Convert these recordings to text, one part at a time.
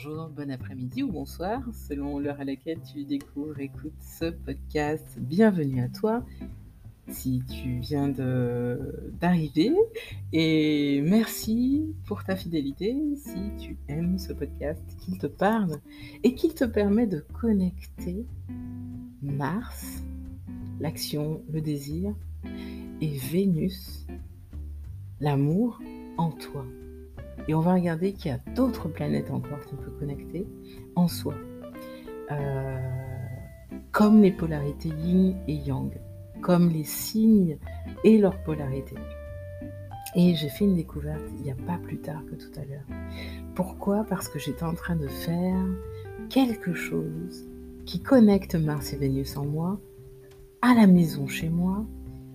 bonjour, bon après-midi ou bonsoir, selon l'heure à laquelle tu découvres, écoutes ce podcast. Bienvenue à toi, si tu viens d'arriver, et merci pour ta fidélité, si tu aimes ce podcast, qu'il te parle et qu'il te permet de connecter Mars, l'action, le désir, et Vénus, l'amour en toi. Et on va regarder qu'il y a d'autres planètes encore qu'on peut connecter en soi. Comme les polarités yin et yang, comme les signes et leur polarité. Et j'ai fait une découverte il n'y a pas plus tard que tout à l'heure. Pourquoi ? Parce que j'étais en train de faire quelque chose qui connecte Mars et Vénus en moi, à la maison chez moi,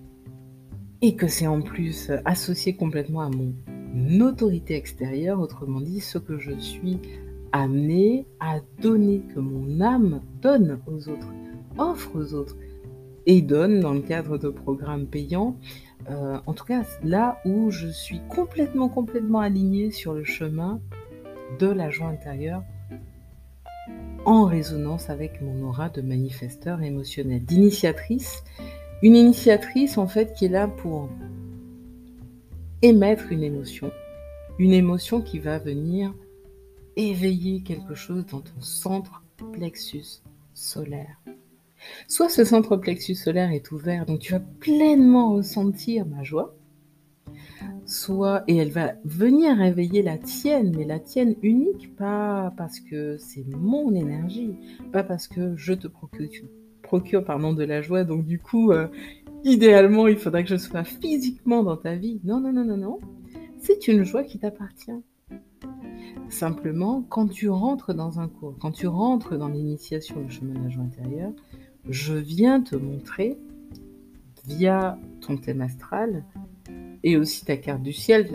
et que c'est en plus associé complètement à mon autorité extérieure, autrement dit, ce que je suis amenée à donner, que mon âme donne aux autres, offre aux autres, et donne dans le cadre de programmes payants, en tout cas là où je suis complètement alignée sur le chemin de la joie intérieure, en résonance avec mon aura de manifesteur émotionnel, d'initiatrice, une initiatrice en fait qui est là pour émettre une émotion qui va venir éveiller quelque chose dans ton centre plexus solaire. Soit ce centre plexus solaire est ouvert, donc tu vas pleinement ressentir ma joie, soit, et elle va venir réveiller la tienne, mais la tienne unique, pas parce que c'est mon énergie, pas parce que je te procure de la joie, donc du coup, idéalement, il faudrait que je sois physiquement dans ta vie. Non. C'est une joie qui t'appartient. Simplement, quand tu rentres dans un cours, quand tu rentres dans l'initiation du chemin de la joie intérieure, je viens te montrer, via ton thème astral, et aussi ta carte du ciel,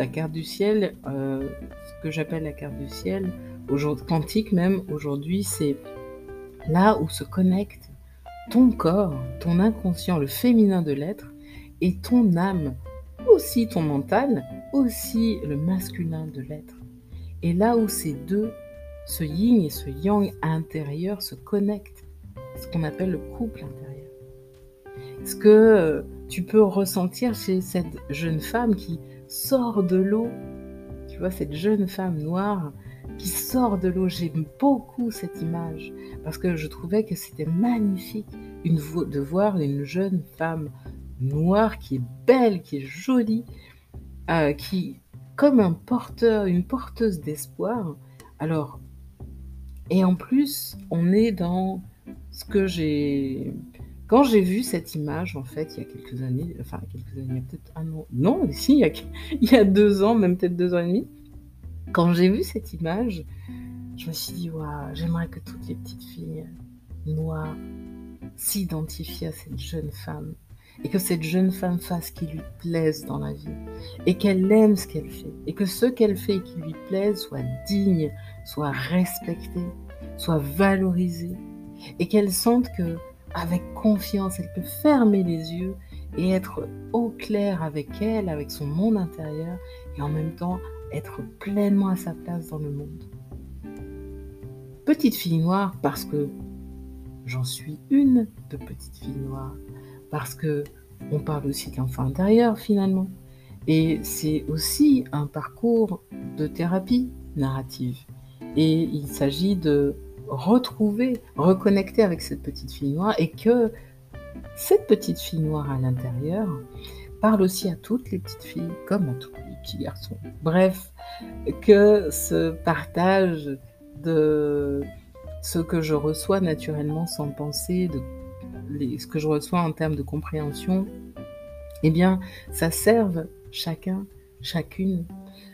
ce que j'appelle la carte du ciel, quantique même, aujourd'hui, c'est là où se connecte ton corps, ton inconscient, le féminin de l'être, et ton âme, aussi ton mental, aussi le masculin de l'être. Et là où ces deux, ce yin et ce yang intérieur se connectent, ce qu'on appelle le couple intérieur. Ce que tu peux ressentir chez cette jeune femme qui sort de l'eau, tu vois, cette jeune femme noire qui sort de l'eau. J'aime beaucoup cette image parce que je trouvais que c'était magnifique de voir une jeune femme noire qui est belle, qui est jolie, qui comme une porteuse d'espoir. Alors, et en plus, on est dans ce que quand j'ai vu cette image, en fait, il y a quelques années, il y a peut-être un an, non, si, il y a 2 ans, même peut-être 2 ans et demi, quand j'ai vu cette image, je me suis dit, waouh, j'aimerais que toutes les petites filles noires s'identifient à cette jeune femme, et que cette jeune femme fasse ce qui lui plaise dans la vie, et qu'elle aime ce qu'elle fait, et que ce qu'elle fait et qui lui plaise soit digne, soit respecté, soit valorisé, et qu'elle sente que, avec confiance, elle peut fermer les yeux et être au clair avec elle, avec son monde intérieur, et en même temps être pleinement à sa place dans le monde. Petite fille noire, parce que j'en suis une de petite fille noire, parce que on parle aussi de l'enfant intérieur finalement, et c'est aussi un parcours de thérapie narrative, et il s'agit de reconnecter avec cette petite fille noire, et que cette petite fille noire à l'intérieur parle aussi à toutes les petites filles comme à tous les petits garçons. Bref, que ce partage de ce que je reçois naturellement sans penser, ce que je reçois en termes de compréhension, eh bien, ça serve chacun, chacune,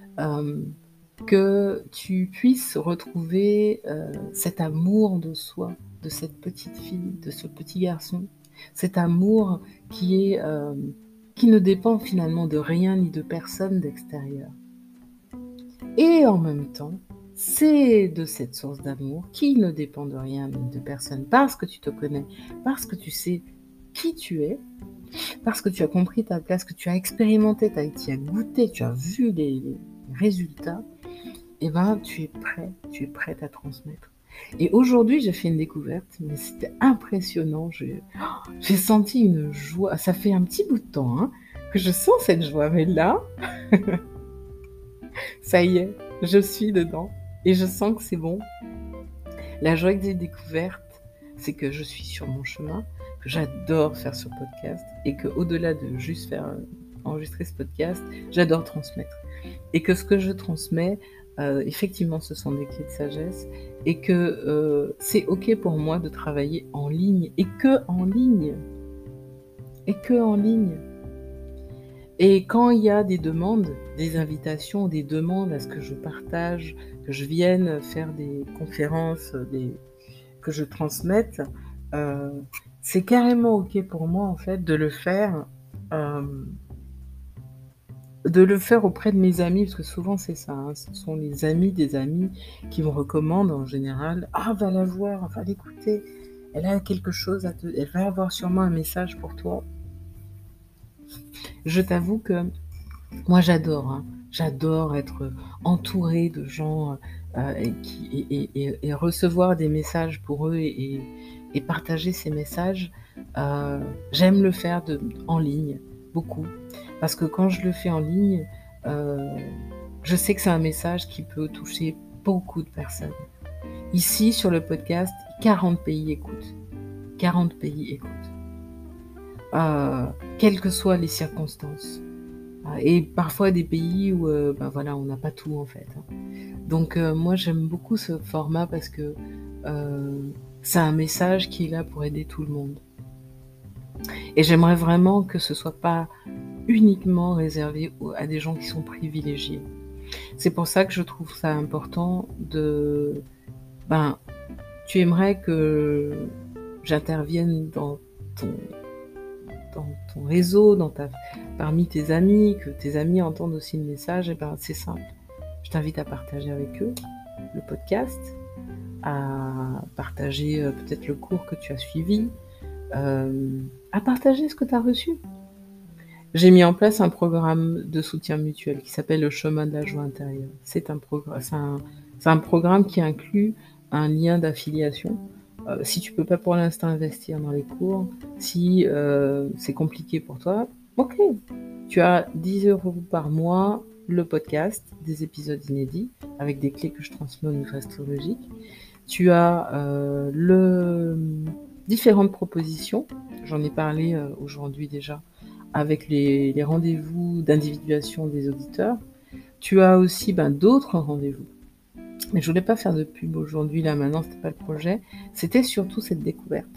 que tu puisses retrouver cet amour de soi, de cette petite fille, de ce petit garçon, cet amour qui ne dépend finalement de rien ni de personne d'extérieur. Et en même temps, c'est de cette source d'amour qui ne dépend de rien ni de personne, parce que tu te connais, parce que tu sais qui tu es, parce que tu as compris ta place, que tu as expérimenté, tu as goûté, tu as vu les résultats, eh ben, tu es prête à transmettre. Et aujourd'hui, j'ai fait une découverte, mais c'était impressionnant. J'ai senti une joie. Ça fait un petit bout de temps hein, que je sens cette joie, mais là, ça y est, je suis dedans et je sens que c'est bon. La joie que j'ai découverte, c'est que je suis sur mon chemin, que j'adore faire ce podcast et qu'au-delà de juste faire enregistrer ce podcast, j'adore transmettre. Et que ce que je transmets, effectivement, ce sont des clés de sagesse et que c'est OK pour moi de travailler en ligne et que en ligne. Et que en ligne. Et quand il y a des demandes, des invitations, des demandes à ce que je partage, que je vienne faire des conférences, que je transmette, euh, c'est carrément OK pour moi en fait euh, de le faire auprès de mes amis, parce que souvent c'est ça, hein, ce sont les amis des amis qui me recommandent en général. Ah, va la voir, va l'écouter, elle a quelque chose à te... Elle va avoir sûrement un message pour toi. Je t'avoue que moi j'adore, hein, j'adore être entourée de gens et recevoir des messages pour eux et partager ces messages. J'aime le faire en ligne, beaucoup. Parce que quand je le fais en ligne, je sais que c'est un message qui peut toucher beaucoup de personnes. Ici, sur le podcast, 40 pays écoutent. 40 pays écoutent. Quelles que soient les circonstances. Et parfois des pays où voilà, on n'a pas tout en fait. Donc moi j'aime beaucoup ce format parce que c'est un message qui est là pour aider tout le monde. Et j'aimerais vraiment que ce soit pas uniquement réservé à des gens qui sont privilégiés. C'est pour ça que je trouve ça important de... tu aimerais que j'intervienne dans ton réseau, parmi tes amis, que tes amis entendent aussi le message, et c'est simple. Je t'invite à partager avec eux le podcast, à partager peut-être le cours que tu as suivi, à partager ce que tu as reçu. J'ai mis en place un programme de soutien mutuel qui s'appelle le chemin de la joie intérieure. C'est un programme qui inclut un lien d'affiliation. Si tu peux pas pour l'instant investir dans les cours, si c'est compliqué pour toi, ok, tu as 10 € par mois, le podcast, des épisodes inédits, avec des clés que je transmets au niveau astrologique. Tu as différentes propositions, j'en ai parlé aujourd'hui déjà, avec les rendez-vous d'individuation des auditeurs. Tu as aussi d'autres rendez-vous. Mais je voulais pas faire de pub aujourd'hui, là, maintenant, c'était pas le projet. C'était surtout cette découverte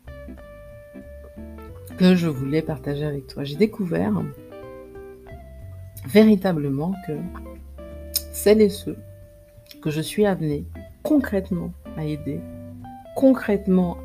que je voulais partager avec toi. J'ai découvert véritablement que celles et ceux que je suis amenée concrètement à aider, concrètement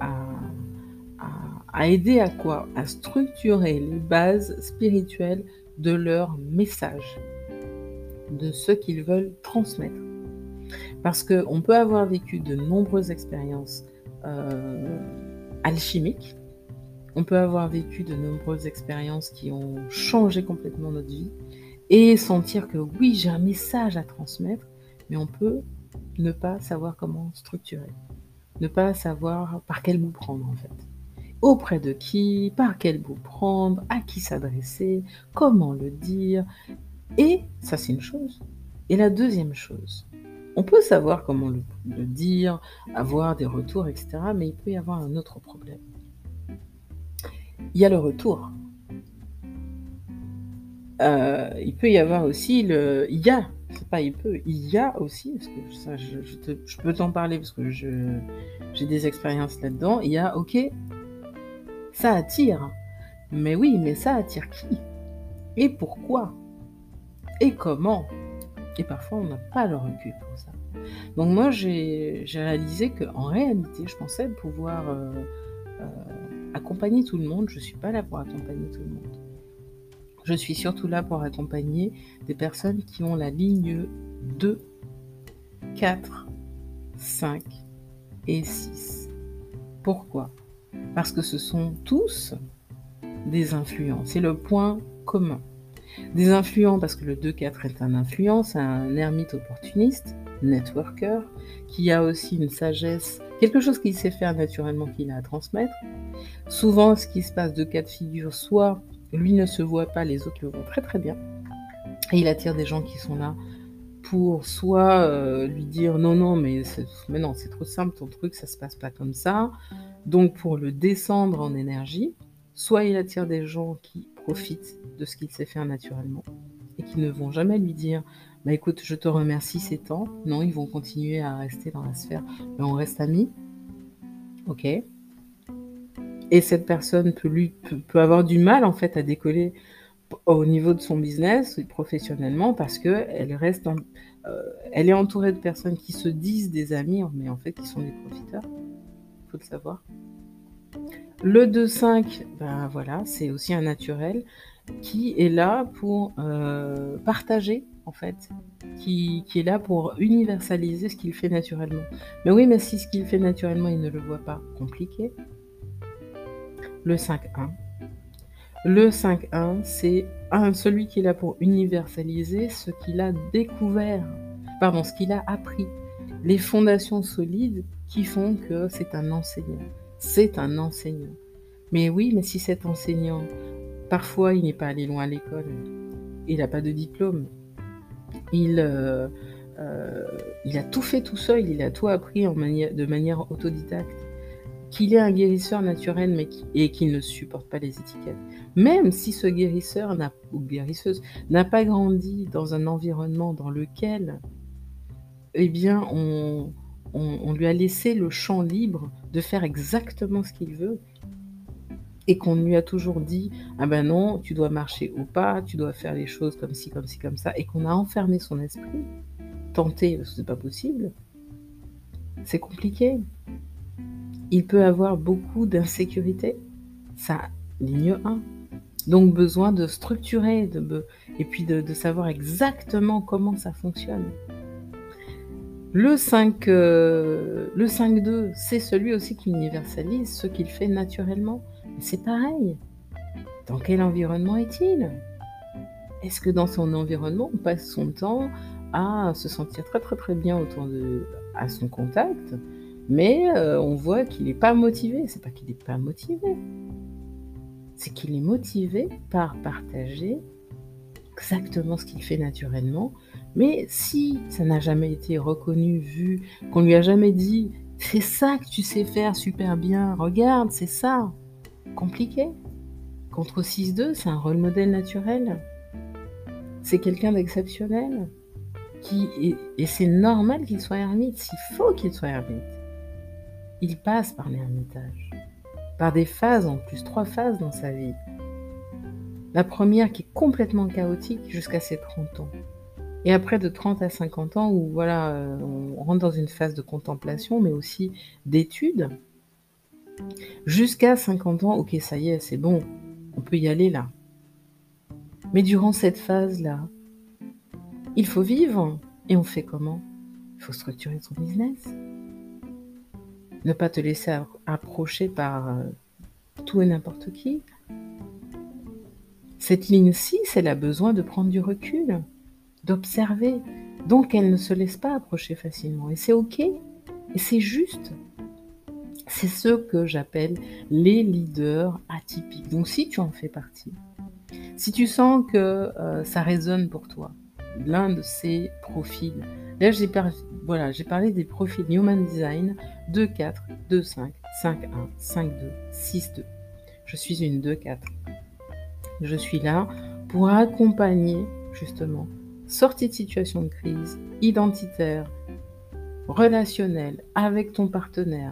à aider à quoi? À structurer les bases spirituelles de leur message, de ce qu'ils veulent transmettre. Parce qu'on peut avoir vécu de nombreuses expériences alchimiques, on peut avoir vécu de nombreuses expériences qui ont changé complètement notre vie, et sentir que oui, j'ai un message à transmettre, mais on peut ne pas savoir comment structurer, ne pas savoir par quel bout prendre en fait. Auprès de qui, par quel bout prendre, à qui s'adresser, comment le dire. Et ça, c'est une chose. Et la deuxième chose, on peut savoir comment le dire, avoir des retours, etc. Mais il peut y avoir un autre problème. Il y a le retour. Il peut y avoir aussi il y a, c'est pas il peut, il y a aussi, parce que ça, je peux t'en parler parce que j'ai des expériences là-dedans. Il y a, ok, ça attire. Mais oui, mais ça attire qui? Et pourquoi? Et comment? Et parfois, on n'a pas le recul pour ça. Donc moi, j'ai réalisé qu'en réalité, je pensais pouvoir accompagner tout le monde. Je ne suis pas là pour accompagner tout le monde. Je suis surtout là pour accompagner des personnes qui ont la ligne 2, 4, 5 et 6. Pourquoi? Parce que ce sont tous des influents. C'est le point commun. Des influents parce que le 2-4 est un influent, c'est un ermite opportuniste. networker, qui a aussi une sagesse, quelque chose qu'il sait faire naturellement qu'il a à transmettre. Souvent, ce qui se passe, deux cas de figure, soit lui ne se voit pas, les autres le voient très très bien, et il attire des gens qui sont là pour soit lui dire non, mais non, c'est trop simple ton truc, ça se passe pas comme ça, donc pour le descendre en énergie, soit il attire des gens qui profitent de ce qu'il sait faire naturellement et qui ne vont jamais lui dire bah écoute, je te remercie, c'est temps. Non, ils vont continuer à rester dans la sphère, mais on reste amis, ok. Et cette personne peut avoir du mal en fait à décoller au niveau de son business professionnellement parce que elle est entourée de personnes qui se disent des amis, mais en fait qui sont des profiteurs. Il faut le savoir. Le 2-5, ben voilà, c'est aussi un naturel qui est là pour partager, en fait, qui est là pour universaliser ce qu'il fait naturellement. Mais oui, mais si ce qu'il fait naturellement, il ne le voit pas, compliqué. Le 5-1. Le 5-1, c'est celui qui est là pour universaliser ce qu'il a découvert, ce qu'il a appris. Les fondations solides qui font que c'est un enseignant. C'est un enseignant. Mais oui, mais si cet enseignant, parfois, il n'est pas allé loin à l'école, il n'a pas de diplôme, il a tout fait tout seul, il a tout appris de manière autodidacte, qu'il est un guérisseur naturel et qu'il ne supporte pas les étiquettes. Même si ce guérisseur ou guérisseuse n'a pas grandi dans un environnement dans lequel eh bien, on lui a laissé le champ libre de faire exactement ce qu'il veut, et qu'on lui a toujours dit « Ah ben non, tu dois marcher au pas, tu dois faire les choses comme ci, comme ça », et qu'on a enfermé son esprit, tenté, parce que c'est pas possible, c'est compliqué. Il peut avoir beaucoup d'insécurité, ça, ligne 1. Donc besoin de structurer, et puis de savoir exactement comment ça fonctionne. Le 5-2, c'est celui aussi qui universalise ce qu'il fait naturellement. Mais c'est pareil. Dans quel environnement est-il ? Est-ce que dans son environnement, on passe son temps à se sentir très très très bien à son contact, mais on voit qu'il n'est pas motivé. C'est pas qu'il n'est pas motivé, c'est qu'il est motivé par partager exactement ce qu'il fait naturellement, mais si ça n'a jamais été reconnu, vu, qu'on lui a jamais dit « c'est ça que tu sais faire super bien, regarde, c'est ça », compliqué. Contre 6-2, c'est un rôle modèle naturel. C'est quelqu'un d'exceptionnel. Et c'est normal qu'il soit ermite, s'il faut qu'il soit ermite. Il passe par l'ermitage, par des phases en plus, 3 phases dans sa vie. La première qui est complètement chaotique jusqu'à ses 30 ans. Et après de 30 à 50 ans où voilà, on rentre dans une phase de contemplation, mais aussi d'étude. Jusqu'à 50 ans, ok, ça y est, c'est bon, on peut y aller là. Mais durant cette phase-là, il faut vivre. Et on fait comment ? Il faut structurer son business. Ne pas te laisser approcher par tout et n'importe qui. Cette ligne 6, elle a besoin de prendre du recul, d'observer. Donc, elle ne se laisse pas approcher facilement. Et c'est ok. Et c'est juste. C'est ce que j'appelle les leaders atypiques. Donc, si tu en fais partie, si tu sens que ça résonne pour toi, l'un de ces profils, là j'ai parlé des profils Human Design 2-4, 2-5, 5-1, 5-2, 6-2. Je suis une 2-4. Je suis là pour accompagner justement sortie de situation de crise, identitaire, relationnelle, avec ton partenaire,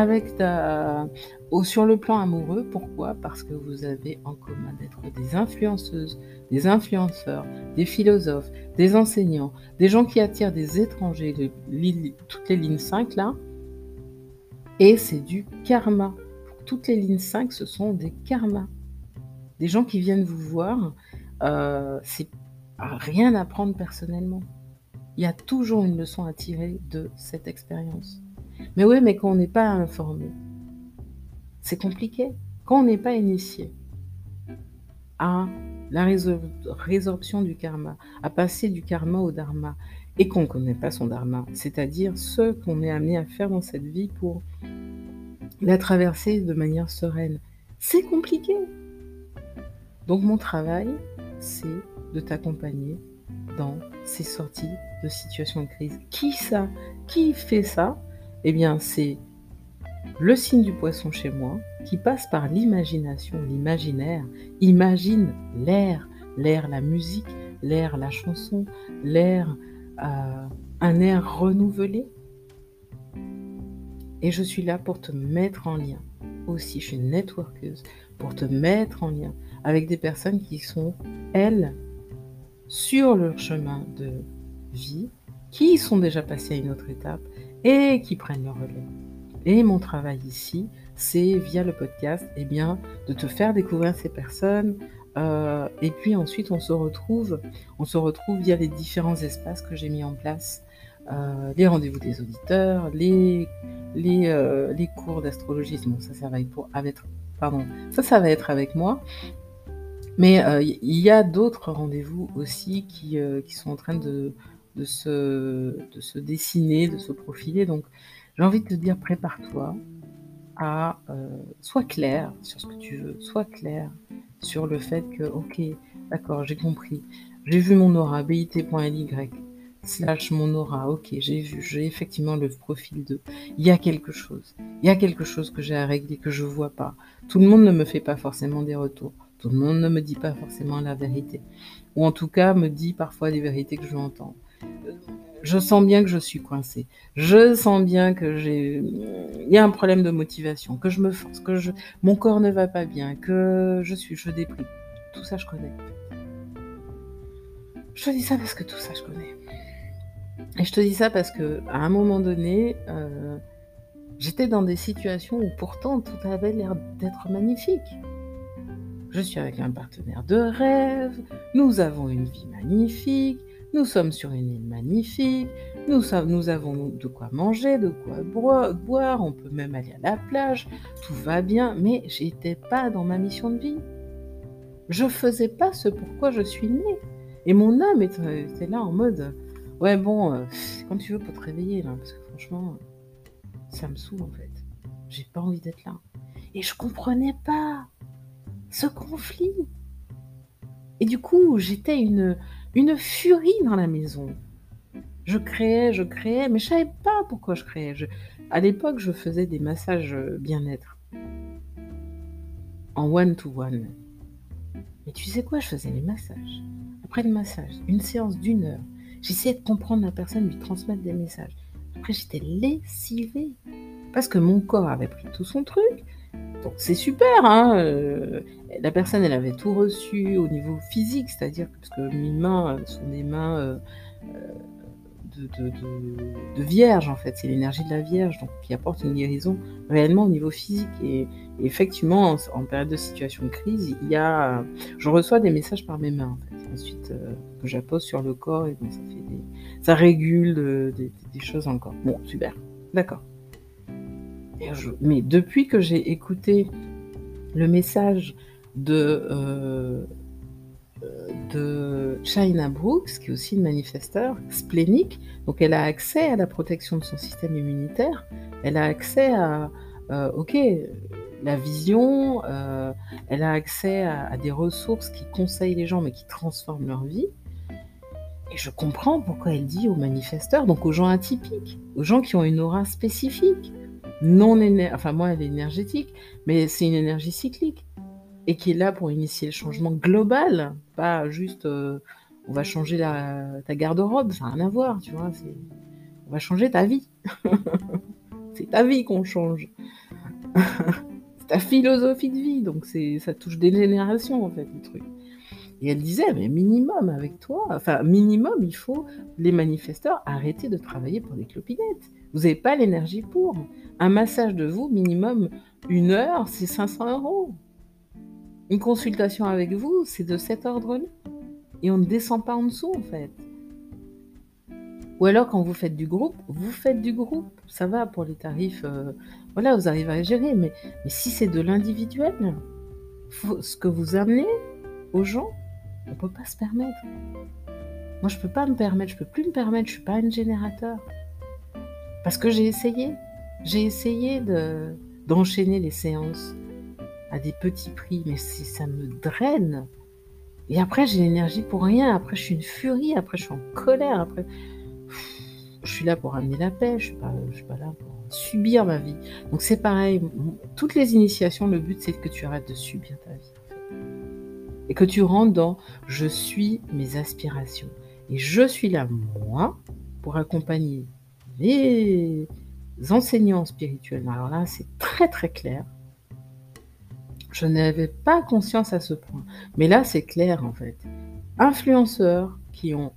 sur le plan amoureux. Pourquoi ? Parce que vous avez en commun d'être des influenceuses, des influenceurs, des philosophes, des enseignants, des gens qui attirent des étrangers, toutes les lignes 5 là, et c'est du karma. Toutes les lignes 5, ce sont des karmas. Des gens qui viennent vous voir, c'est rien à prendre personnellement. Il y a toujours une leçon à tirer de cette expérience. Mais oui, mais quand on n'est pas informé, c'est compliqué. Quand on n'est pas initié, à la résorption du karma, à passer du karma au dharma, et qu'on ne connaît pas son dharma, c'est-à-dire ce qu'on est amené à faire dans cette vie pour la traverser de manière sereine. C'est compliqué. Donc mon travail, c'est de t'accompagner dans ces sorties de situations de crise. Qui fait ça? Eh bien, c'est le signe du poisson chez moi, qui passe par l'imagination, l'imaginaire. Imagine l'air, la musique, l'air, la chanson, l'air, un air renouvelé. Et je suis là pour te mettre en lien. Aussi, je suis une networkeuse, pour te mettre en lien avec des personnes qui sont, elles, sur leur chemin de vie, qui sont déjà passées à une autre étape et qui prennent le relais. Et mon travail ici, c'est via le podcast, eh bien, de te faire découvrir ces personnes. Et puis ensuite, on se retrouve via les différents espaces que j'ai mis en place. Les rendez-vous des auditeurs, les cours d'astrologie. Bon, ça va être avec moi. Mais il y a d'autres rendez-vous aussi qui sont en train de se dessiner, de se profiler. Donc, j'ai envie de te dire, prépare-toi à sois clair sur ce que tu veux, sois clair sur le fait que, ok, d'accord, j'ai compris, j'ai vu mon aura, bit.ly/mon aura, ok, j'ai effectivement le profil de, il y a quelque chose que j'ai à régler, que je vois pas. Tout le monde ne me fait pas forcément des retours, tout le monde ne me dit pas forcément la vérité, ou en tout cas me dit parfois des vérités que je veux entendre. Je sens bien que je suis coincée. Je sens bien que il y a un problème de motivation, que je me force, mon corps ne va pas bien, que je déprime. Tout ça, je connais. Je te dis ça parce que tout ça, je connais. Et je te dis ça parce que à un moment donné, j'étais dans des situations où pourtant tout avait l'air d'être magnifique. Je suis avec un partenaire de rêve, nous avons une vie magnifique, nous sommes sur une île magnifique, nous avons de quoi manger, de quoi boire, on peut même aller à la plage, tout va bien, mais j'étais pas dans ma mission de vie. Je faisais pas ce pourquoi je suis née. Et mon âme était là en mode, ouais bon, quand tu veux pour te réveiller là, parce que franchement, ça me saoule en fait. J'ai pas envie d'être là. Et je comprenais pas ce conflit. Et du coup, j'étais une furie dans la maison. Je créais, mais je savais pas pourquoi je créais. À l'époque, je faisais des massages bien-être en one-to-one. Mais tu sais quoi, je faisais les massages. Après le massage, une séance d'1 heure, j'essayais de comprendre la personne, lui transmettre des messages. Après, j'étais lessivée parce que mon corps avait pris tout son truc. Donc c'est super, hein, la personne, elle avait tout reçu au niveau physique, c'est-à-dire que, parce que mes mains sont des mains de vierge, en fait, c'est l'énergie de la vierge, donc qui apporte une guérison réellement au niveau physique. Et effectivement, en période de situation de crise, je reçois des messages par mes mains, en fait, ensuite que j'appose sur le corps, et donc ça régule des choses dans le corps. Bon, super, d'accord. Mais depuis que j'ai écouté le message de China Brooks, qui est aussi une manifesteur splénique, donc elle a accès à la protection de son système immunitaire, elle a accès à la vision, elle a accès à des ressources qui conseillent les gens mais qui transforment leur vie. Et je comprends pourquoi elle dit aux manifesteurs, donc aux gens atypiques, aux gens qui ont une aura spécifique, enfin moi elle est énergétique, mais c'est une énergie cyclique, et qui est là pour initier le changement global, pas juste on va changer ta garde-robe, ça n'a rien à voir, tu vois, on va changer ta vie. C'est ta vie qu'on change. C'est ta philosophie de vie, donc ça touche des générations en fait, le truc. Et elle disait, mais minimum avec toi, enfin minimum, il faut, les manifesteurs, arrêter de travailler pour des clopinettes. Vous n'avez pas l'énergie pour. Un massage de vous, minimum 1 heure, c'est 500 €. Une consultation avec vous, c'est de cet ordre-là. Et on ne descend pas en dessous, en fait. Ou alors, quand vous faites du groupe, ça va pour les tarifs, voilà, vous arrivez à gérer. Mais si c'est de l'individuel, ce que vous amenez, aux gens, on peut pas se permettre. Moi, je peux pas me permettre, je peux plus me permettre, je suis pas un générateur. Parce que j'ai essayé. J'ai essayé d'enchaîner les séances à des petits prix, mais ça me draine. Et après, j'ai l'énergie pour rien. Après, je suis une furie. Après, je suis en colère. Après, je suis là pour amener la paix. Je suis pas là pour subir ma vie. Donc, c'est pareil. Toutes les initiations, le but, c'est que tu arrêtes de subir ta vie. Et que tu rentres dans « je suis mes aspirations ». Et je suis là, moi, pour accompagner les enseignants spirituels. Alors là, c'est très très clair. Je n'avais pas conscience à ce point. Mais là, c'est clair, en fait. Influenceurs qui ont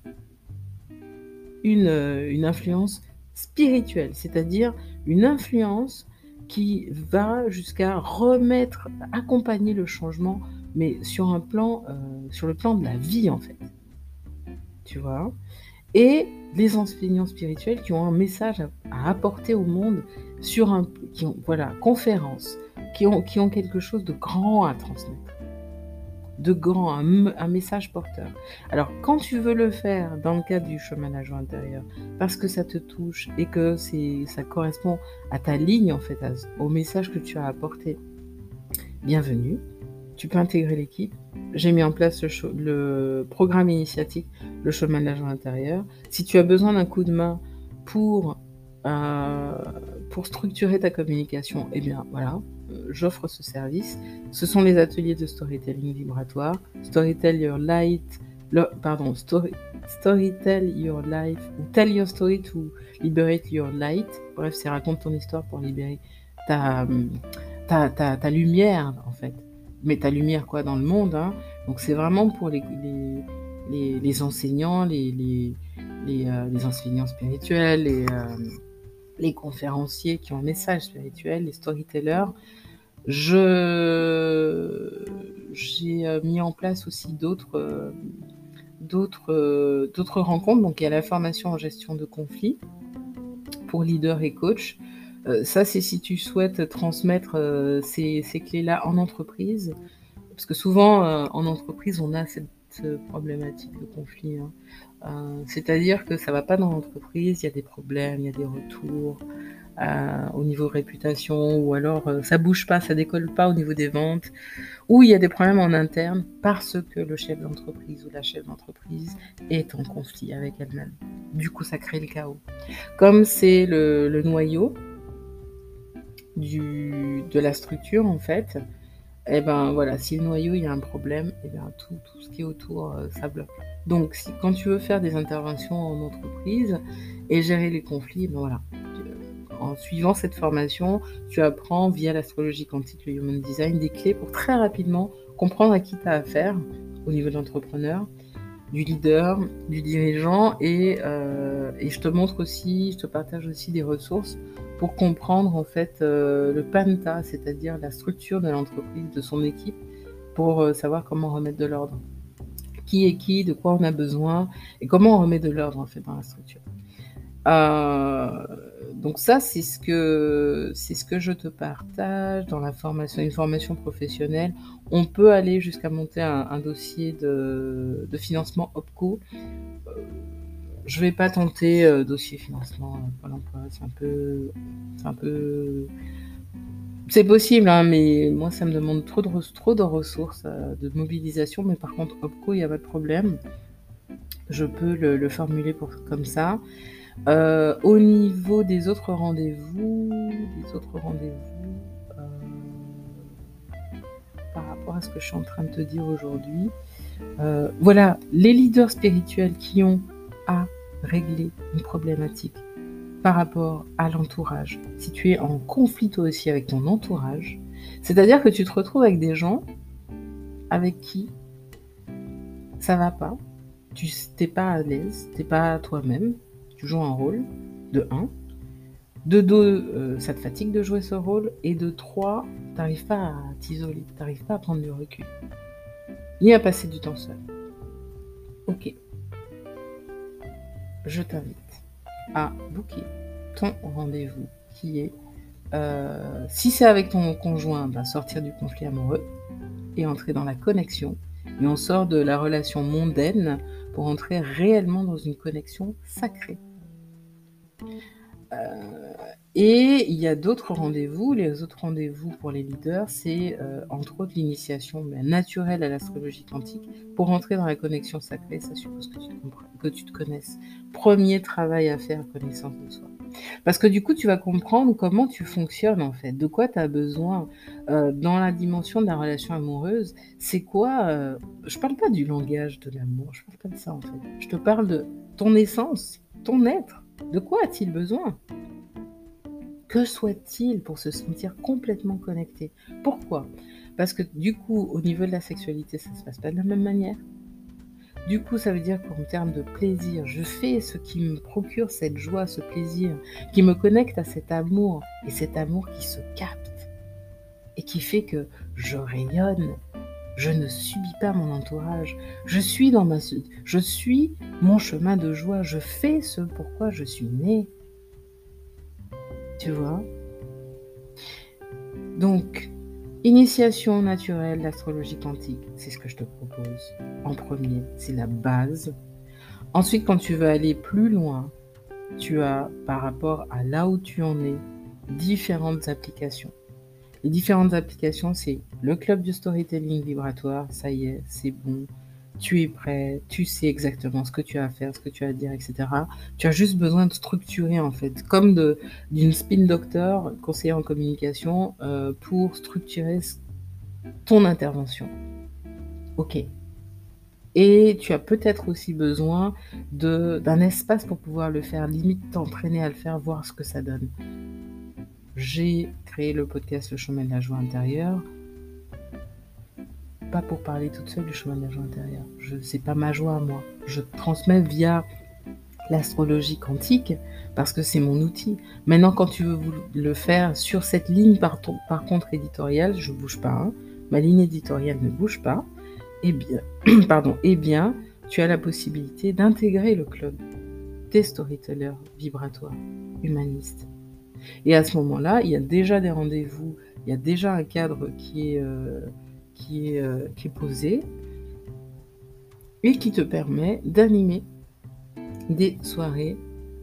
une influence spirituelle, c'est-à-dire une influence qui va jusqu'à accompagner le changement, mais sur le plan de la vie, en fait. Tu vois ? Et les enseignants spirituels qui ont un message à apporter au monde conférences, qui ont quelque chose de grand à transmettre, de grand, un message porteur. Alors, quand tu veux le faire dans le cadre du chemin de la joie intérieure, parce que ça te touche et que ça correspond à ta ligne, en fait, au message que tu as apporté, bienvenue. Tu peux intégrer l'équipe. J'ai mis en place le programme initiatique, le chemin de la joie intérieure. Si tu as besoin d'un coup de main pour structurer ta communication, eh bien voilà, j'offre ce service. Ce sont les ateliers de storytelling vibratoire, Storytell Your Light, Storytell Your Life, ou Tell Your Story to Liberate Your Light. Bref, c'est raconte ton histoire pour libérer ta lumière, en fait. Mais ta lumière, quoi, dans le monde, hein. Donc, c'est vraiment pour les enseignants, les enseignants spirituels, les conférenciers qui ont un message spirituel, les storytellers. J'ai mis en place aussi d'autres rencontres. Donc, il y a la formation en gestion de conflits pour leaders et coachs. Ça, c'est si tu souhaites transmettre ces clés-là en entreprise. Parce que souvent, en entreprise, on a cette problématique de conflit. Hein. C'est-à-dire que ça ne va pas dans l'entreprise, il y a des problèmes, il y a des retours au niveau réputation, ou alors ça ne bouge pas, ça ne décolle pas au niveau des ventes, ou il y a des problèmes en interne parce que le chef d'entreprise ou la chef d'entreprise est en conflit avec elle-même. Du coup, ça crée le chaos. Comme c'est le noyau de la structure, en fait, et ben voilà, si le noyau il y a un problème, et bien tout ce qui est autour, ça bloque. Donc quand tu veux faire des interventions en entreprise et gérer les conflits, ben voilà, en suivant cette formation, tu apprends via l'astrologie quantique, le human design, des clés pour très rapidement comprendre à qui tu as affaire au niveau de l'entrepreneur, du leader, du dirigeant, et je te partage aussi des ressources pour comprendre en fait le PANTA, c'est-à-dire la structure de l'entreprise, de son équipe, pour savoir comment remettre de l'ordre. Qui est qui, de quoi on a besoin, et comment on remet de l'ordre en fait dans la structure. Donc ça, c'est ce que je te partage dans la formation, une formation professionnelle. On peut aller jusqu'à monter un dossier de financement OPCO. Je vais pas tenter dossier financement Pôle emploi, c'est un peu... C'est possible, hein, mais moi, ça me demande trop de ressources, de mobilisation. Mais par contre, OPCO, il n'y a pas de problème. Je peux le formuler comme ça. Au niveau des autres rendez-vous, par rapport à ce que je suis en train de te dire aujourd'hui, voilà, les leaders spirituels qui ont à régler une problématique par rapport à l'entourage. Si tu es en conflit toi aussi avec ton entourage, c'est-à-dire que tu te retrouves avec des gens avec qui ça va pas, tu n'es pas à l'aise, tu n'es pas toi-même, tu joues un rôle, de 1. De 2, ça te fatigue de jouer ce rôle. Et de 3, tu n'arrives pas à t'isoler, tu n'arrives pas à prendre du recul, ni à passer du temps seul. Ok. Je t'invite à booker ton rendez-vous qui est, si c'est avec ton conjoint, sortir du conflit amoureux et entrer dans la connexion. Et on sort de la relation mondaine pour entrer réellement dans une connexion sacrée. Et il y a d'autres rendez-vous. Les autres rendez-vous pour les leaders, c'est entre autres l'initiation naturelle à l'astrologie quantique pour entrer dans la connexion sacrée. Ça suppose que tu te connaisses. Premier travail à faire, connaissance de soi. Parce que du coup, tu vas comprendre comment tu fonctionnes en fait, de quoi tu as besoin dans la dimension de la relation amoureuse. C'est quoi je parle pas du langage de l'amour, je parle pas de ça en fait. Je te parle de ton essence, ton être. De quoi a-t-il besoin ? Que souhaite-t-il pour se sentir complètement connecté ? Pourquoi ? Parce que du coup, au niveau de la sexualité, ça ne se passe pas de la même manière. Du coup, ça veut dire qu'en termes de plaisir, je fais ce qui me procure cette joie, ce plaisir, qui me connecte à cet amour, et cet amour qui se capte, et qui fait que je rayonne, je ne subis pas mon entourage, je suis mon chemin de joie, je fais ce pourquoi je suis née. Tu vois ? Donc, initiation naturelle d'astrologie quantique, c'est ce que je te propose. En premier, c'est la base. Ensuite, quand tu veux aller plus loin, tu as, par rapport à là où tu en es, différentes applications. Les différentes applications, c'est le club du storytelling vibratoire, ça y est, c'est bon, tu es prêt, tu sais exactement ce que tu as à faire, ce que tu as à dire, etc. Tu as juste besoin de structurer en fait, comme d'une spin doctor, conseiller en communication, pour structurer ton intervention. Ok. Et tu as peut-être aussi besoin d'un espace pour pouvoir le faire, limite t'entraîner à le faire, voir ce que ça donne. J'ai créé le podcast Le chemin de la joie intérieure, pas pour parler toute seule du chemin de la joie intérieure. C'est pas ma joie à moi. Je transmets via l'astrologie quantique parce que c'est mon outil. Maintenant, quand tu veux le faire sur cette ligne par contre éditoriale, je bouge pas. Hein. Ma ligne éditoriale ne bouge pas. Eh bien, tu as la possibilité d'intégrer le club des storytellers vibratoires, humanistes. Et à ce moment-là, il y a déjà des rendez-vous, il y a déjà un cadre qui est posé et qui te permet d'animer des soirées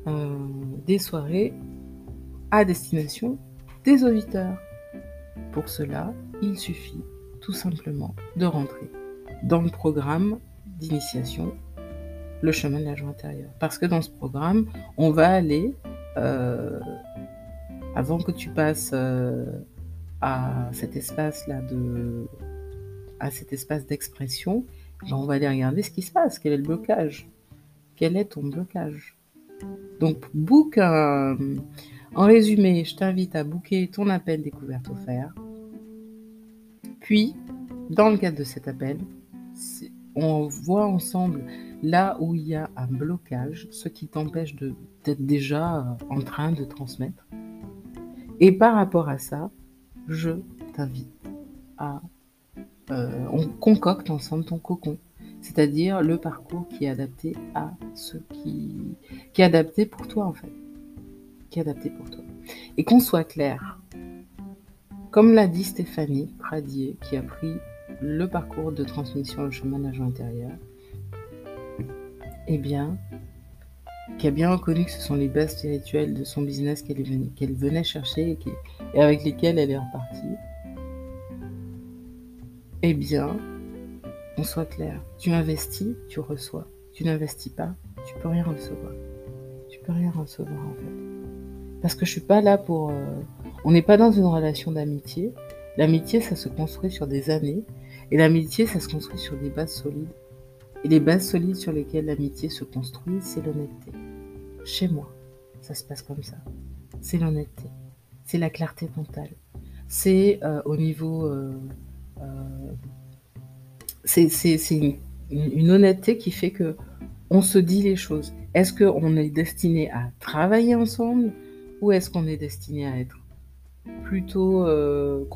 à destination des auditeurs. Pour cela, il suffit tout simplement de rentrer dans le programme d'initiation Le chemin de la joie intérieure. Parce que dans ce programme, on va aller, avant que tu passes à cet espace-là à cet espace d'expression, on va aller regarder ce qui se passe, quel est le blocage, quel est ton blocage. Donc, en résumé, je t'invite à booker ton appel découverte offert. Puis, dans le cadre de cet appel, on voit ensemble là où il y a un blocage, ce qui t'empêche d'être déjà en train de transmettre. Et par rapport à ça, je t'invite on concocte ensemble ton cocon, c'est-à-dire le parcours qui est adapté à qui est adapté pour toi en fait, qui est adapté pour toi. Et qu'on soit clair, comme l'a dit Stéphanie Pradier, qui a pris le parcours de transmission Le chemin de la joie intérieure, eh bien, qui a bien reconnu que ce sont les bases spirituelles de son business qu'elle venait chercher et avec lesquelles elle est repartie. Eh bien, on soit clair, tu investis, tu reçois. Tu n'investis pas, tu peux rien recevoir. Tu peux rien recevoir en fait. Parce que je suis pas là pour... On n'est pas dans une relation d'amitié. L'amitié, ça se construit sur des années. Et l'amitié, ça se construit sur des bases solides. Et les bases solides sur lesquelles l'amitié se construit, c'est l'honnêteté. Chez moi, ça se passe comme ça. C'est l'honnêteté. C'est la clarté mentale. C'est au niveau... c'est une honnêteté qui fait que on se dit les choses. Est-ce qu'on est destiné à travailler ensemble ou est-ce qu'on est destiné à être plutôt confrères ?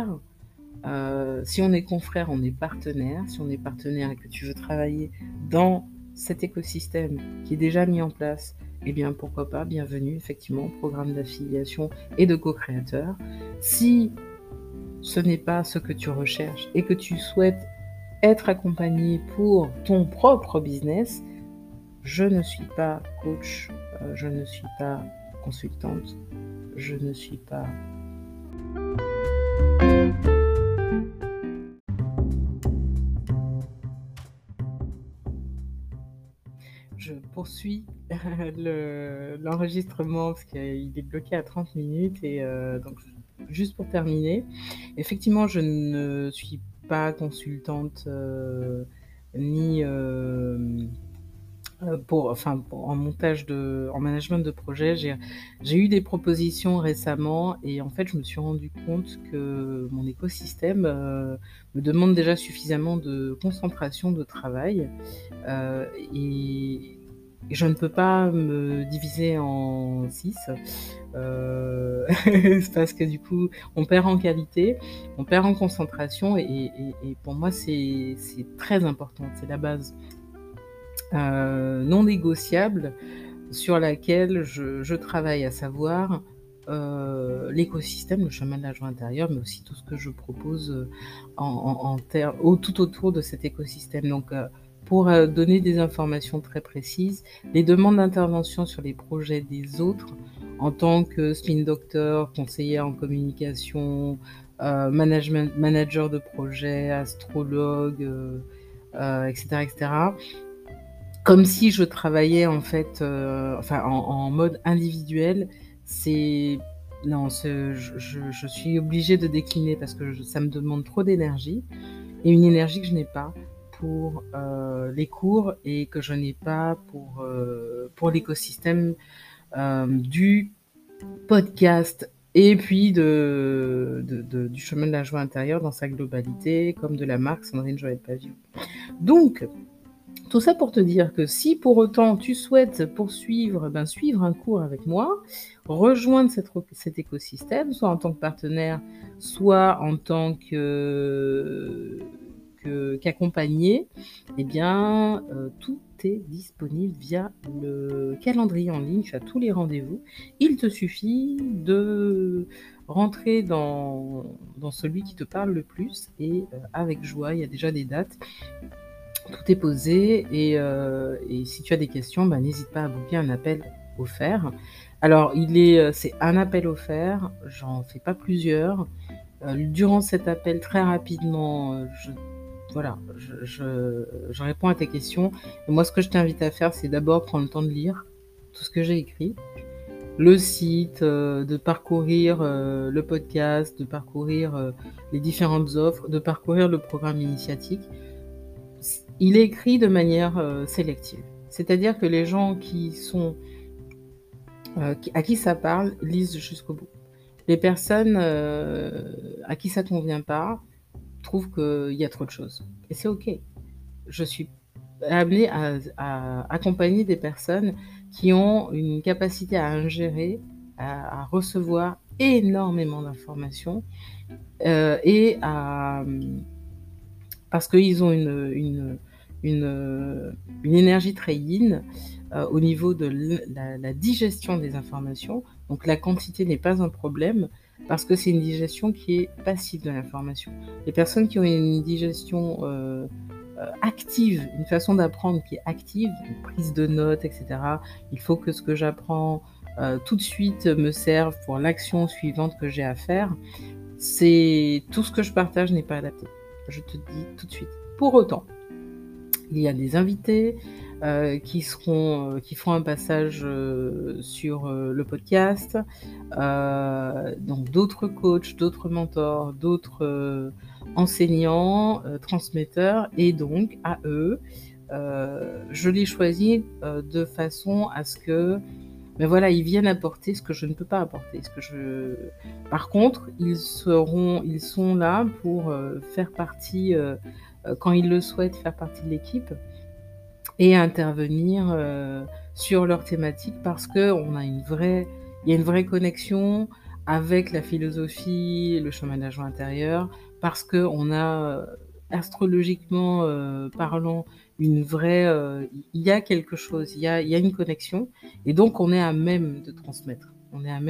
Si on est confrères, on est partenaire. Si on est partenaire et que tu veux travailler dans cet écosystème qui est déjà mis en place, eh bien pourquoi pas, bienvenue, effectivement, programme d'affiliation et de co-créateur. Si ce n'est pas ce que tu recherches et que tu souhaites être accompagné pour ton propre business. Je ne suis pas coach, je ne suis pas consultante, je ne suis pas... Je poursuis l'enregistrement parce qu'il est bloqué à 30 minutes et donc juste pour terminer, effectivement, je ne suis pas consultante, ni, en management de projet. J'ai eu des propositions récemment et en fait, je me suis rendu compte que mon écosystème, me demande déjà suffisamment de concentration de travail. Et je ne peux pas me diviser en 6, c'est parce que du coup, on perd en qualité, on perd en concentration et pour moi, c'est très important. C'est la base, non négociable sur laquelle je travaille, à savoir, l'écosystème, le chemin de la joie intérieure, mais aussi tout ce que je propose, tout autour de cet écosystème. Donc, pour, donner des informations très précises, les demandes d'intervention sur les projets des autres en tant que spin doctor, conseillère en communication, manager de projet, astrologue, et cetera, comme si je travaillais en fait, en mode individuel. C'est non, je suis obligée de décliner parce que ça me demande trop d'énergie et une énergie que je n'ai pas pour, les cours et que je n'ai pas pour l'écosystème, du podcast et puis du chemin de la joie intérieure dans sa globalité, comme de la marque Sandrine Joël Pavillon. Donc tout ça pour te dire que si pour autant tu souhaites poursuivre, suivre un cours avec moi, rejoindre cet écosystème, soit en tant que partenaire, soit en tant qu'accompagné, eh bien, tout est disponible via le calendrier en ligne. Tu as tous les rendez-vous. Il te suffit de rentrer dans celui qui te parle le plus et avec joie, il y a déjà des dates. Tout est posé et si tu as des questions, n'hésite pas à booker un appel offert. Alors c'est un appel offert, j'en fais pas plusieurs. Durant cet appel, très rapidement, je réponds à tes questions. Et moi, ce que je t'invite à faire, c'est d'abord prendre le temps de lire tout ce que j'ai écrit, le site, de parcourir le podcast, de parcourir les différentes offres, de parcourir le programme initiatique. Il est écrit de manière sélective. C'est-à-dire que les gens à qui ça parle lisent jusqu'au bout. Les personnes à qui ça ne convient pas trouvent qu'il y a trop de choses. Et c'est OK. Je suis amenée à accompagner des personnes qui ont une capacité à ingérer, à recevoir énormément d'informations et parce qu'ils ont une énergie très yin au niveau de la digestion des informations. Donc la quantité n'est pas un problème parce que c'est une digestion qui est passive de l'information. Les personnes qui ont une digestion active, une façon d'apprendre qui est active, une prise de notes, etc. Il faut que ce que j'apprends tout de suite me serve pour l'action suivante que j'ai à faire. C'est tout ce que je partage n'est pas adapté. Je te dis tout de suite. Pour autant, il y a des invités qui font un passage sur le podcast, donc d'autres coachs, d'autres mentors, d'autres enseignants, transmetteurs, et donc à eux, je les choisis de façon à ce que ils viennent apporter ce que je ne peux pas apporter. Par contre, ils sont là pour faire partie, quand ils le souhaitent, faire partie de l'équipe et intervenir sur leur thématique parce qu'il y a une vraie connexion avec la philosophie, le chemin de la joie intérieure, parce qu'on a, astrologiquement parlant, il y a quelque chose, il y a une connexion et donc on est à même de transmettre.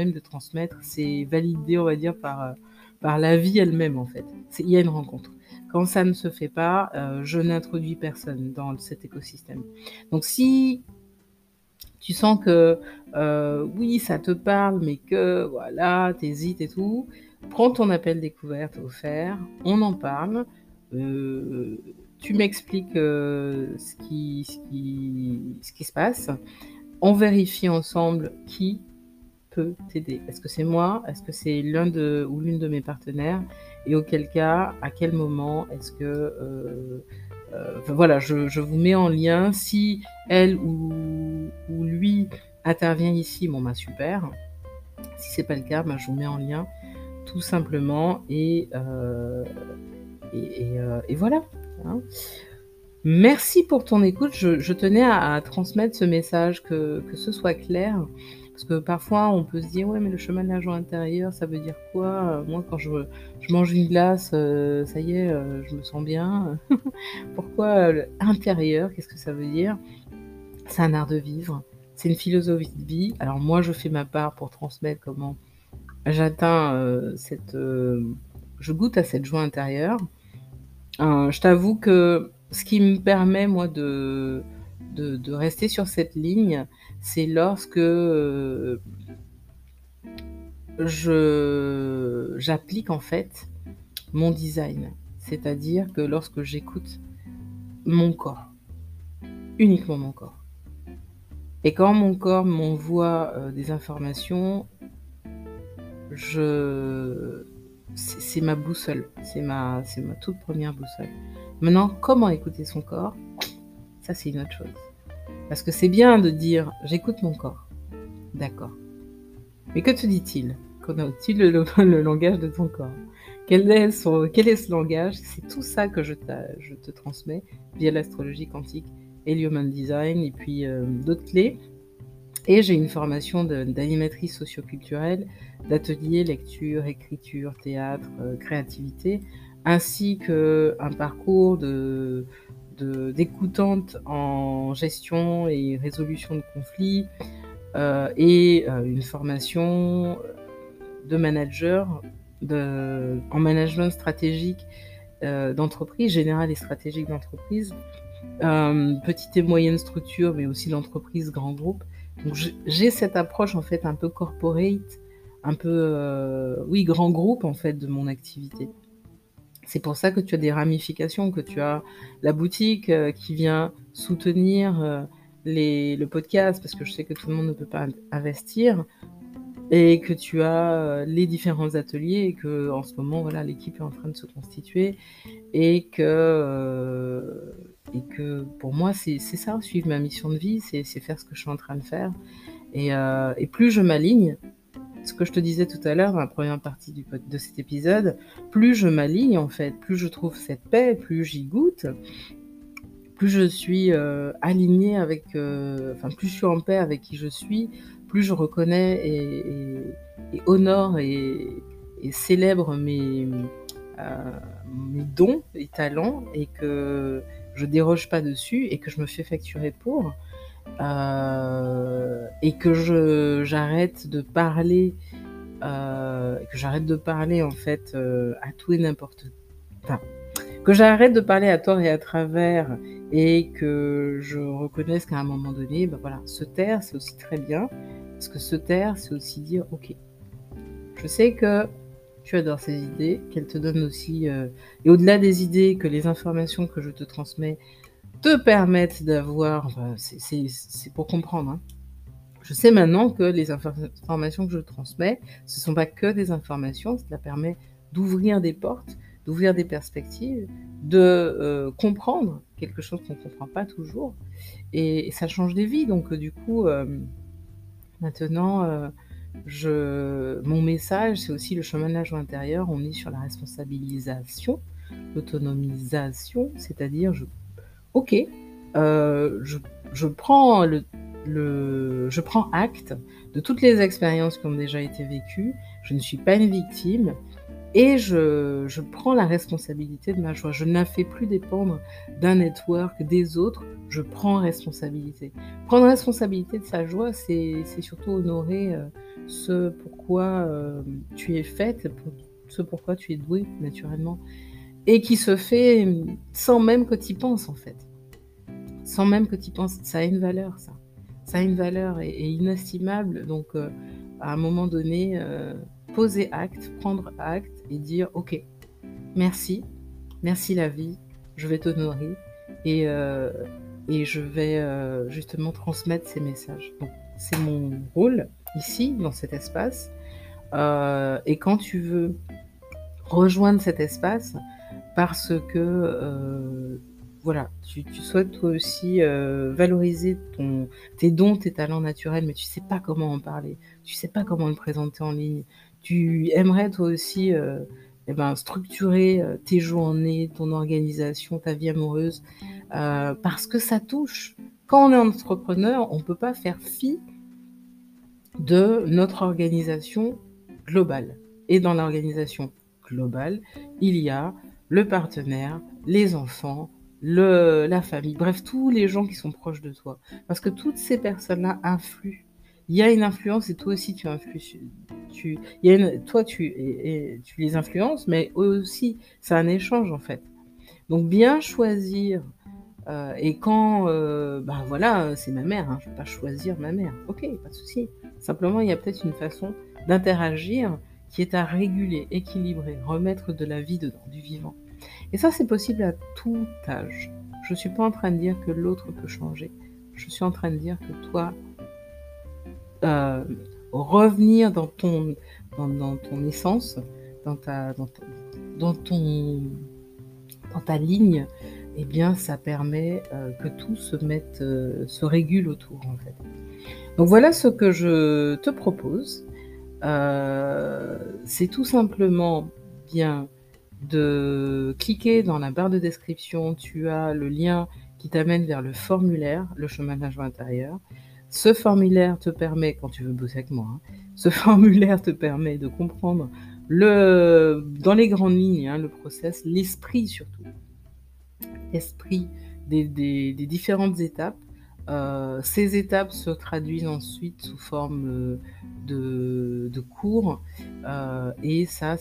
C'est validé, on va dire, par la vie elle-même en fait. Il y a une rencontre. Quand ça ne se fait pas, je n'introduis personne dans cet écosystème. Donc si tu sens que, oui, ça te parle, mais que voilà, tu hésites et tout, prends ton appel découverte offert, on en parle, heu, tu m'expliques, ce qui se passe. On vérifie ensemble qui peut t'aider. Est-ce que c'est moi? Est-ce que c'est l'un de ou l'une de mes partenaires? Et auquel cas, à quel moment est-ce que, enfin voilà, je vous mets en lien. Si elle ou lui intervient ici, bon, bah, super. Si c'est pas le cas, bah, je vous mets en lien tout simplement et voilà, hein. Merci pour ton écoute. Je tenais à transmettre ce message, que ce soit clair, parce que parfois on peut se dire: «Ouais, mais le chemin de la joie intérieure, ça veut dire quoi? Moi quand je mange une glace, ça y est, je me sens bien». Pourquoi, le intérieur? Qu'est-ce que ça veut dire? C'est un art de vivre, c'est une philosophie de vie. Alors moi, je fais ma part pour transmettre comment j'atteins, je goûte à cette joie intérieure. Je t'avoue que ce qui me permet moi de rester sur cette ligne, c'est lorsque, j'applique en fait mon design. C'est-à-dire que lorsque j'écoute mon corps, uniquement mon corps. Et quand mon corps m'envoie, des informations, je c'est ma boussole, c'est ma toute première boussole. Maintenant, comment écouter son corps? Ça, c'est une autre chose. Parce que c'est bien de dire: «J'écoute mon corps». D'accord. Mais que te dit-il? Connais-tu le langage de ton corps? Quel est ce langage? C'est tout ça que je te transmets via l'astrologie quantique et l'human design et puis, d'autres clés. Et j'ai une formation d'animatrice socioculturelle, d'ateliers, lecture, écriture, théâtre, créativité, ainsi qu'un parcours d'écoutante en gestion et résolution de conflits, une formation, de manager en management stratégique, d'entreprise, général et stratégique d'entreprise, petite et moyenne structure, mais aussi d'entreprise, grand groupe. Donc j'ai cette approche en fait un peu corporate, un peu, oui, grand groupe en fait de mon activité. C'est pour ça que tu as des ramifications, que tu as la boutique, qui vient soutenir, le podcast, parce que je sais que tout le monde ne peut pas investir. Et que tu as, les différents ateliers et qu'en ce moment, voilà, l'équipe est en train de se constituer et que pour moi, c'est ça, suivre ma mission de vie, c'est faire ce que je suis en train de faire et plus je m'aligne, ce que je te disais tout à l'heure dans la première partie de cet épisode, plus je m'aligne, en fait, plus je trouve cette paix, plus j'y goûte, plus je suis, alignée avec, enfin, plus je suis en paix avec qui je suis, plus je reconnais et honore et célèbre mes dons et talents et que je déroge pas dessus et que je me fais facturer pour, et que j'arrête de parler, en fait, à tout et n'importe, enfin, que j'arrête de parler à tort et à travers et que je reconnaisse qu'à un moment donné, bah, voilà, se taire, c'est aussi très bien. Parce que se taire, c'est aussi dire: «OK, je sais que tu adores ces idées, qu'elles te donnent aussi, et au-delà des idées, que les informations que je te transmets te permettent d'avoir», enfin, c'est pour comprendre, hein. Je sais maintenant que les informations que je transmets, ce ne sont pas que des informations, cela permet d'ouvrir des portes, d'ouvrir des perspectives, de, comprendre quelque chose qu'on ne comprend pas toujours et ça change des vies donc du coup, maintenant, mon message, c'est aussi le chemin de la joie intérieure. On est sur la responsabilisation, l'autonomisation, c'est-à-dire OK, je prends je prends acte de toutes les expériences qui ont déjà été vécues. Je ne suis pas une victime et je prends la responsabilité de ma joie. Je ne la fais plus dépendre d'un network, des autres. Je prends responsabilité. Prendre responsabilité de sa joie, c'est surtout honorer, ce pourquoi, tu es faite, ce pourquoi tu es douée naturellement et qui se fait sans même que tu y penses, en fait. Sans même que tu y penses. Ça a une valeur, ça. Ça a une valeur et inestimable. Donc, à un moment donné, poser acte, prendre acte et dire: «OK, merci, merci la vie, je vais t'honorer et heu et je vais, justement transmettre ces messages». Donc c'est mon rôle ici, dans cet espace, et quand tu veux rejoindre cet espace parce que, voilà, tu souhaites toi aussi, valoriser tes dons, tes talents naturels, mais tu sais pas comment en parler, tu sais pas comment le présenter en ligne. Tu aimerais toi aussi, et ben, structurer, tes journées, ton organisation, ta vie amoureuse, parce que ça touche. Quand on est entrepreneur, on peut pas faire fi de notre organisation globale et dans l'organisation globale, il y a le partenaire, les enfants, la famille, bref, tous les gens qui sont proches de toi. Parce que toutes ces personnes-là influent. Il y a une influence et toi aussi tu influes su tu il y a une toi tu les influences, mais eux aussi, c'est un échange en fait. Donc bien choisir. Et quand, bah, voilà, c'est ma mère, hein, je ne vais pas choisir ma mère. OK, pas de souci. Simplement, il y a peut-être une façon d'interagir qui est à réguler, équilibrer, remettre de la vie dedans, du vivant. Et ça, c'est possible à tout âge. Je suis pas en train de dire que l'autre peut changer. Je suis en train de dire que toi, heu, revenir dans ton essence, dans ta dans ton dans ton dans ta ligne, eh bien, ça permet, que tout se régule autour, en fait. Donc voilà ce que je te propose. C'est tout simplement bien de cliquer dans la barre de description, tu as le lien qui t'amène vers le formulaire, le chemin de la joie intérieure. Ce formulaire te permet, quand tu veux bosser avec moi, hein, ce formulaire te permet de comprendre dans les grandes lignes, hein, le process, l'esprit surtout. Esprit des différentes étapes. Ces étapes se traduisent ensuite sous forme, de cours, et ça,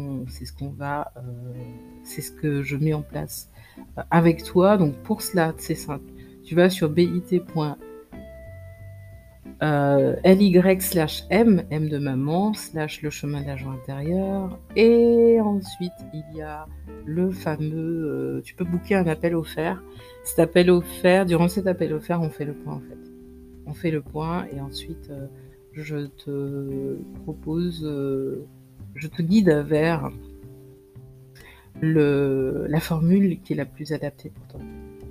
c'est ce que je mets en place, avec toi. Donc pour cela, c'est simple, tu vas sur ly/m, M de maman, slash le chemin de la joie intérieure et ensuite il y a le fameux, tu peux booker un appel offert. Cet appel offert durant cet appel offert, on fait le point, en fait. On fait le point et ensuite, je te propose, je te guide vers la formule qui est la plus adaptée pour toi.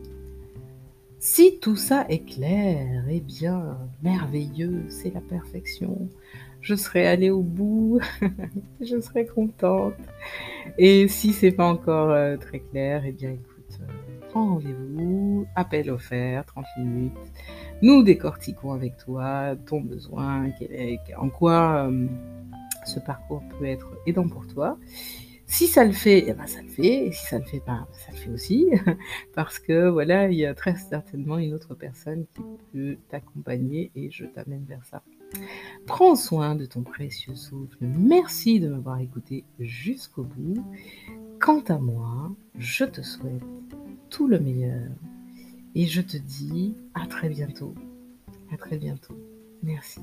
Si tout ça est clair, eh bien, merveilleux, c'est la perfection. Je serais allée au bout, je serais contente. Et si c'est pas encore, très clair, eh bien écoute, prends rendez-vous, appel offert, 30 minutes. Nous décortiquons avec toi ton besoin, en quoi, ce parcours peut être aidant pour toi. Si ça le fait, eh ben, ça le fait et si ça le fait pas, ça le fait aussi parce que voilà, il y a très certainement une autre personne qui peut t'accompagner et je t'amène vers ça. Prends soin de ton précieux souffle. Merci de m'avoir écouté jusqu'au bout. Quant à moi, je te souhaite tout le meilleur et je te dis à très bientôt. À très bientôt. Merci.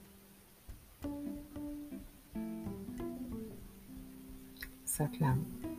Satnam.